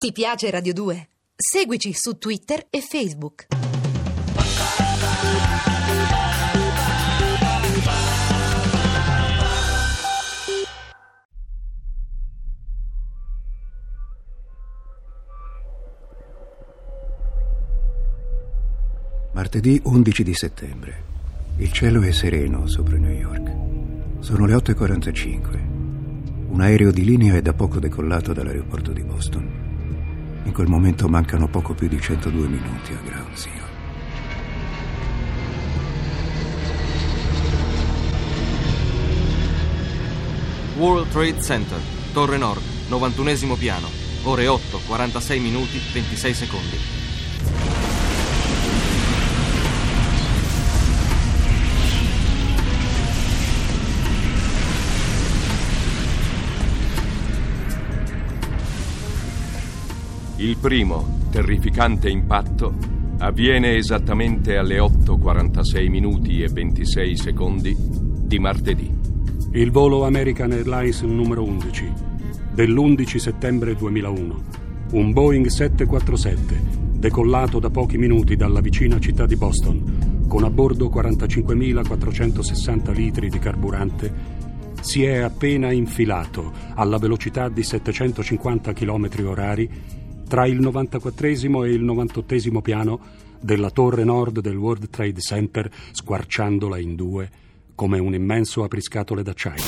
Ti piace Radio 2? Seguici su Twitter e Facebook. Martedì 11 di settembre. Il cielo è sereno sopra New York. Sono le 8:45. Un aereo di linea è da poco decollato dall'aeroporto di Boston. In quel momento mancano poco più di 102 minuti a Ground Zero. World Trade Center, Torre Nord, 91esimo piano, ore 8, 46 minuti, 26 secondi. Il primo, terrificante impatto avviene esattamente alle 8:46 minuti e 26 secondi di martedì. Il volo American Airlines numero 11 dell'11 settembre 2001, un Boeing 747 decollato da pochi minuti dalla vicina città di Boston con a bordo 45.460 litri di carburante, si è appena infilato alla velocità di 750 km/h tra il 94esimo e il 98esimo piano della Torre Nord del World Trade Center, squarciandola in due come un immenso apriscatole d'acciaio.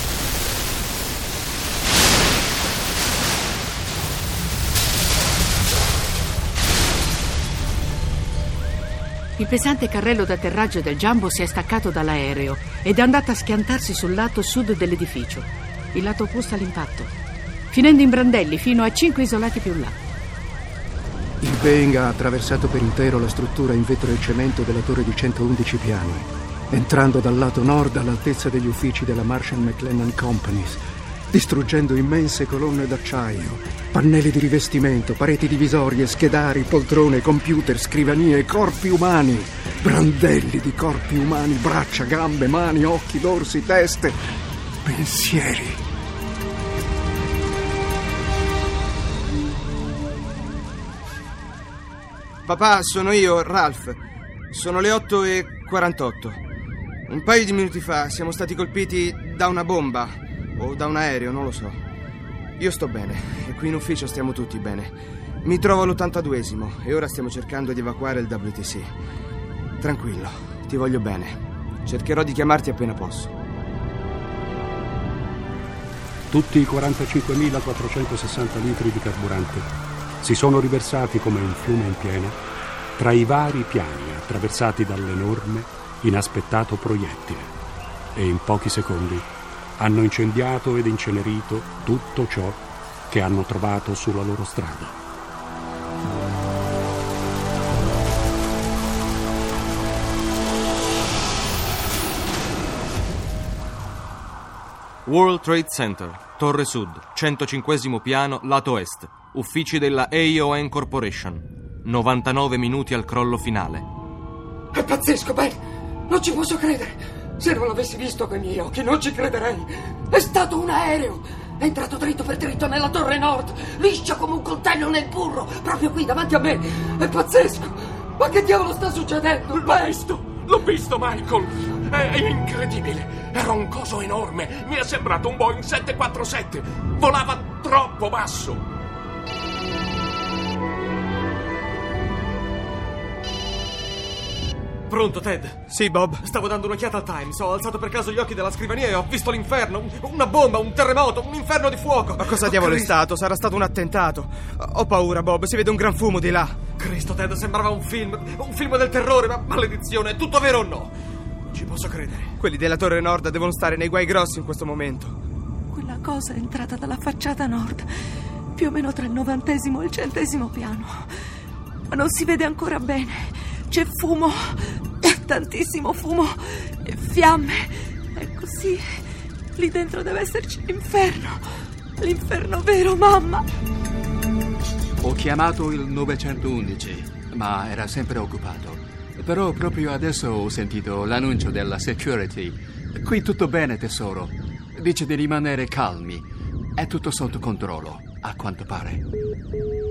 Il pesante carrello d'atterraggio del Jumbo si è staccato dall'aereo ed è andato a schiantarsi sul lato sud dell'edificio, il lato opposto all'impatto, finendo in brandelli fino a 5 isolati più in là. Il Boeing ha attraversato per intero la struttura in vetro e cemento della torre di 111 piani, entrando dal lato nord all'altezza degli uffici della Marshall McLennan Companies, distruggendo immense colonne d'acciaio, pannelli di rivestimento, pareti divisorie, schedari, poltrone, computer, scrivanie, corpi umani, brandelli di corpi umani, braccia, gambe, mani, occhi, dorsi, teste, pensieri. Papà, sono io, Ralph. Sono le 8:48. Un paio di minuti fa siamo stati colpiti da una bomba o da un aereo, non lo so. Io sto bene e qui in ufficio stiamo tutti bene. Mi trovo all'82esimo e ora stiamo cercando di evacuare il WTC. Tranquillo, ti voglio bene. Cercherò di chiamarti appena posso. Tutti i 45.460 litri di carburante si sono riversati come un fiume in piena tra i vari piani attraversati dall'enorme, inaspettato proiettile e in pochi secondi hanno incendiato ed incenerito tutto ciò che hanno trovato sulla loro strada. World Trade Center, Torre Sud, 105esimo piano, lato est, uffici della AON Corporation, 99 minuti al crollo finale. È pazzesco, Ben! Non ci posso credere! Se non l'avessi visto coi miei occhi non ci crederei! È stato un aereo! È entrato dritto per dritto nella Torre Nord, liscio come un coltello nel burro, proprio qui davanti a me! È pazzesco! Ma che diavolo sta succedendo? L'ho visto, Michael! È incredibile! Era un coso enorme! Mi è sembrato un Boeing 747! Volava troppo basso! Pronto, Ted? Sì, Bob. Stavo dando un'occhiata al Times, ho alzato per caso gli occhi dalla scrivania e ho visto l'inferno, una bomba, un terremoto, un inferno di fuoco. Ma cosa diavolo è stato? Sarà stato un attentato. Ho paura, Bob, si vede un gran fumo di là. Cristo, Ted, sembrava un film del terrore, ma maledizione, è tutto vero o no? Non ci posso credere. Quelli della Torre Nord devono stare nei guai grossi in questo momento. Quella cosa è entrata dalla facciata nord, più o meno tra il 90esimo e il 100esimo piano. Ma non si vede ancora bene. C'è fumo, tantissimo fumo e fiamme. È così. Lì dentro deve esserci l'inferno. L'inferno vero, mamma. Ho chiamato il 911, ma era sempre occupato. Però proprio adesso ho sentito l'annuncio della security. Qui tutto bene, tesoro. Dice di rimanere calmi. È tutto sotto controllo, a quanto pare.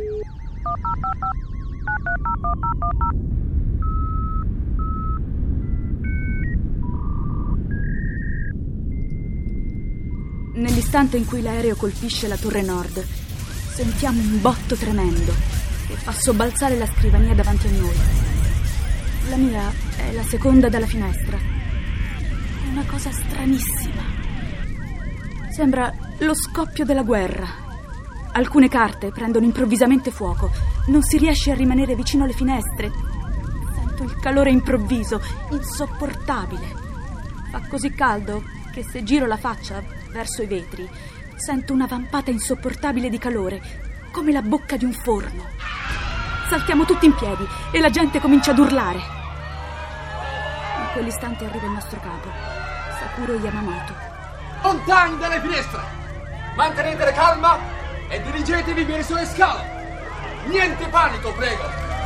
Nell'istante in cui l'aereo colpisce la torre nord, sentiamo un botto tremendo che fa sobbalzare la scrivania davanti a noi. La mia è la seconda dalla finestra. È una cosa stranissima. Sembra lo scoppio della guerra. Alcune carte prendono improvvisamente fuoco. Non si riesce a rimanere vicino alle finestre. Sento il calore improvviso, insopportabile. Fa così caldo che se giro la faccia verso i vetri sento una vampata insopportabile di calore, come la bocca di un forno. Saltiamo tutti in piedi e la gente comincia ad urlare. In quell'istante arriva il nostro capo, Sakuro Yamamoto. Lontani dalle finestre! Mantenete la calma e dirigetevi verso le scale! Niente panico, prego!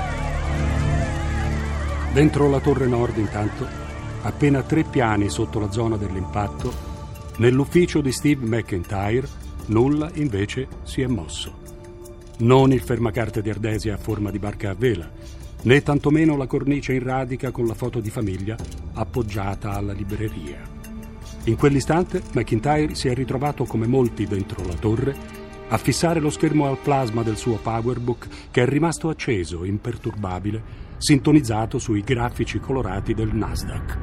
Dentro la torre nord, intanto, appena 3 piani sotto la zona dell'impatto, nell'ufficio di Steve McIntyre, nulla invece si è mosso. Non il fermacarte di Ardesia a forma di barca a vela, né tantomeno la cornice in radica con la foto di famiglia appoggiata alla libreria. In quell'istante McIntyre si è ritrovato, come molti dentro la torre, a fissare lo schermo al plasma del suo Powerbook, che è rimasto acceso, imperturbabile, sintonizzato sui grafici colorati del Nasdaq.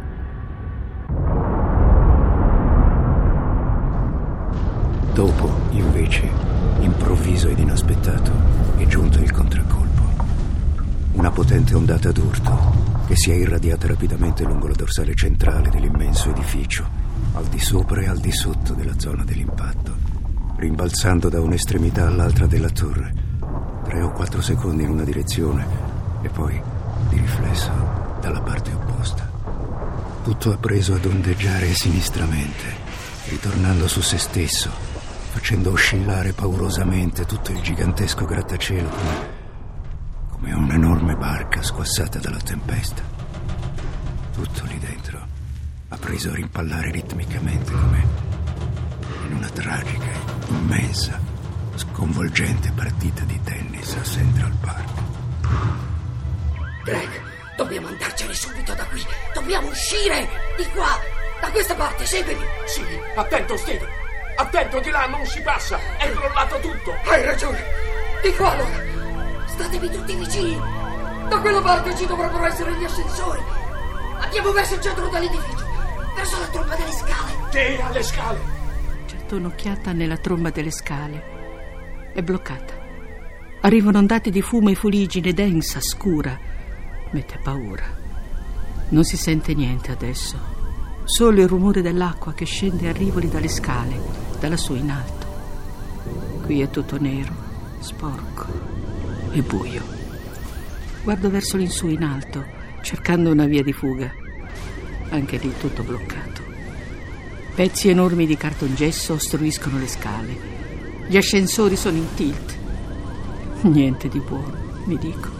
Dopo, invece, improvviso ed inaspettato, è giunto il contraccolpo. Una potente ondata d'urto che si è irradiata rapidamente lungo la dorsale centrale dell'immenso edificio, al di sopra e al di sotto della zona dell'impatto, rimbalzando da un'estremità all'altra della torre, 3 o 4 secondi in una direzione e poi, di riflesso, dalla parte opposta. Tutto ha preso ad ondeggiare sinistramente, ritornando su se stesso, facendo oscillare paurosamente tutto il gigantesco grattacielo come un'enorme barca squassata dalla tempesta. Tutto lì dentro ha preso a rimpallare ritmicamente come in una tragica, immensa, sconvolgente partita di tennis a Central Park. Greg, dobbiamo andarcene subito da qui. Dobbiamo uscire di qua, da questa parte, seguimi. Sì, attento, Steve. Attento, di là non si passa. È crollato tutto. Hai ragione. Di qua allora. Statevi tutti vicini. Da quella parte ci dovrebbero essere gli ascensori. Andiamo verso il centro dell'edificio, verso la tromba delle scale. Sì, alle scale. Getto un'occhiata nella tromba delle scale. È bloccata. Arrivano ondate di fumo e fuligine densa, scura. Mette paura. Non si sente niente adesso. Solo il rumore dell'acqua che scende a rivoli dalle scale, da lassù in alto. Qui è tutto nero, sporco e buio. Guardo verso l'insù in alto, cercando una via di fuga. Anche lì tutto bloccato. Pezzi enormi di cartongesso ostruiscono le scale. Gli ascensori sono in tilt. Niente di buono, mi dico.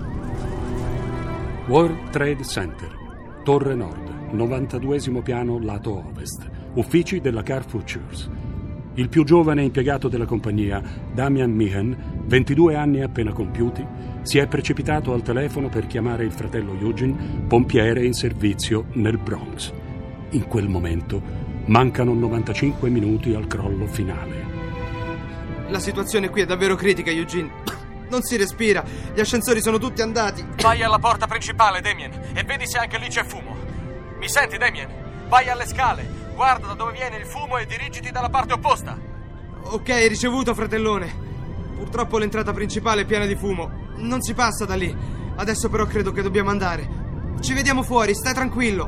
World Trade Center, Torre Nord, 92esimo piano lato ovest, uffici della Carrefour. Il più giovane impiegato della compagnia, Damian Meehan, 22 anni appena compiuti, si è precipitato al telefono per chiamare il fratello Eugene, pompiere in servizio nel Bronx. In quel momento mancano 95 minuti al crollo finale. La situazione qui è davvero critica, Eugene. Non si respira, gli ascensori sono tutti andati. Vai alla porta principale, Damien, e vedi se anche lì c'è fumo. Mi senti, Damien? Vai alle scale, guarda da dove viene il fumo e dirigiti dalla parte opposta. Ok, ricevuto, fratellone. Purtroppo l'entrata principale è piena di fumo. Non si passa da lì. Adesso però credo che dobbiamo andare. Ci vediamo fuori, stai tranquillo.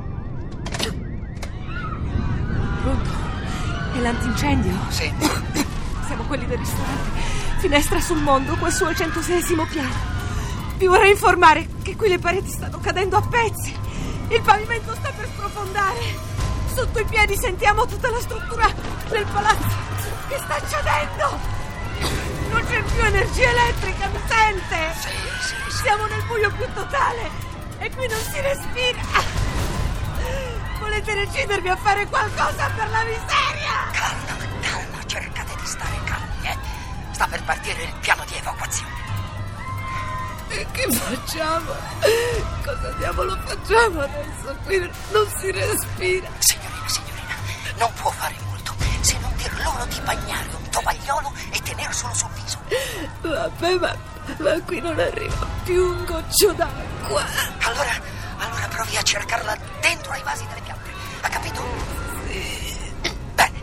Pronto? È l'antincendio? Sì. Siamo quelli del ristorante. Finestra sul mondo, qua su al 106esimo piano. Vi vorrei informare che qui le pareti stanno cadendo a pezzi. Il pavimento sta per sprofondare. Sotto i piedi sentiamo tutta la struttura del palazzo che sta cedendo. Non c'è più energia elettrica, mi sente? Sì. Siamo nel buio più totale e qui non si respira. Volete decidervi a fare qualcosa per la miseria? Calma, cercate di stare calmi, Sta per partire il piano di evacuazione. E che facciamo? Cosa diavolo facciamo adesso? Qui non si respira. Signorina, non può fare molto, se non dir loro di bagnare un tovagliolo e tenere solo sul viso. Vabbè, ma qui non arriva più un goccio d'acqua. Allora provi a cercarla dentro ai vasi delle piante. Ha capito? Sì. Bene.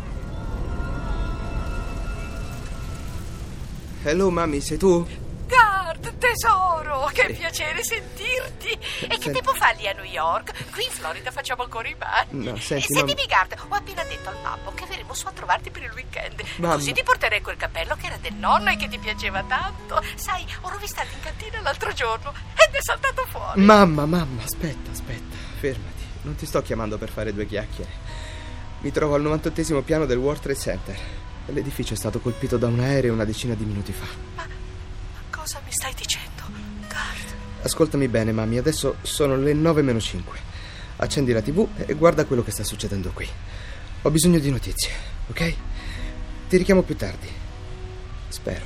Hello, mami, sei tu? Gard, tesoro, che piacere sentirti. E che tempo fa lì a New York? Qui in Florida facciamo ancora i bagni. No, senti, Sentimi, Gard, ho appena detto al babbo che verremo su a trovarti per il weekend. Mamma. Così ti porterei quel cappello che era del nonno e che ti piaceva tanto. Sai, ho rovistato in cantina l'altro giorno ed è saltato fuori. Mamma, aspetta, fermati. Non ti sto chiamando per fare due chiacchiere. Mi trovo al 98esimo piano del World Trade Center. L'edificio è stato colpito da un aereo una decina di minuti fa. Ma cosa mi stai dicendo, Gard? Ascoltami bene, mami, adesso sono le 9:05. Accendi la TV e guarda quello che sta succedendo qui. Ho bisogno di notizie, ok? Ti richiamo più tardi. Spero.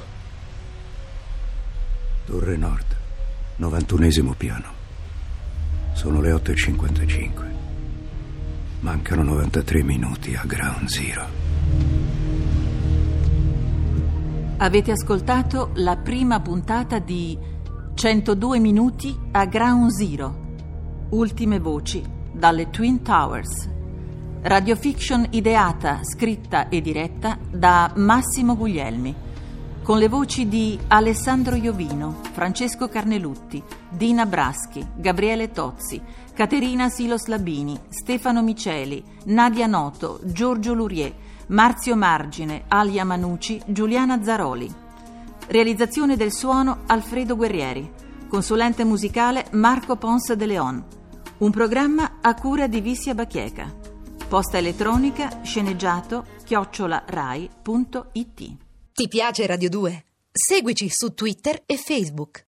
Torre Nord, 91esimo piano. Sono le 8:55. Mancano 93 minuti a Ground Zero. Avete ascoltato la prima puntata di 102 minuti a Ground Zero. Ultime voci dalle Twin Towers. Radiofiction ideata, scritta e diretta da Massimo Guglielmi, con le voci di Alessandro Iovino, Francesco Carnelutti, Dina Braschi, Gabriele Tozzi, Caterina Silos Labini, Stefano Miceli, Nadia Noto, Giorgio Lurier, Marzio Margine, Alia Manucci, Giuliana Zaroli. Realizzazione del suono Alfredo Guerrieri. Consulente musicale Marco Ponce de Leon. Un programma a cura di Vissia Bachieca. Posta elettronica sceneggiato@rai.it. Ti piace Radio 2? Seguici su Twitter e Facebook.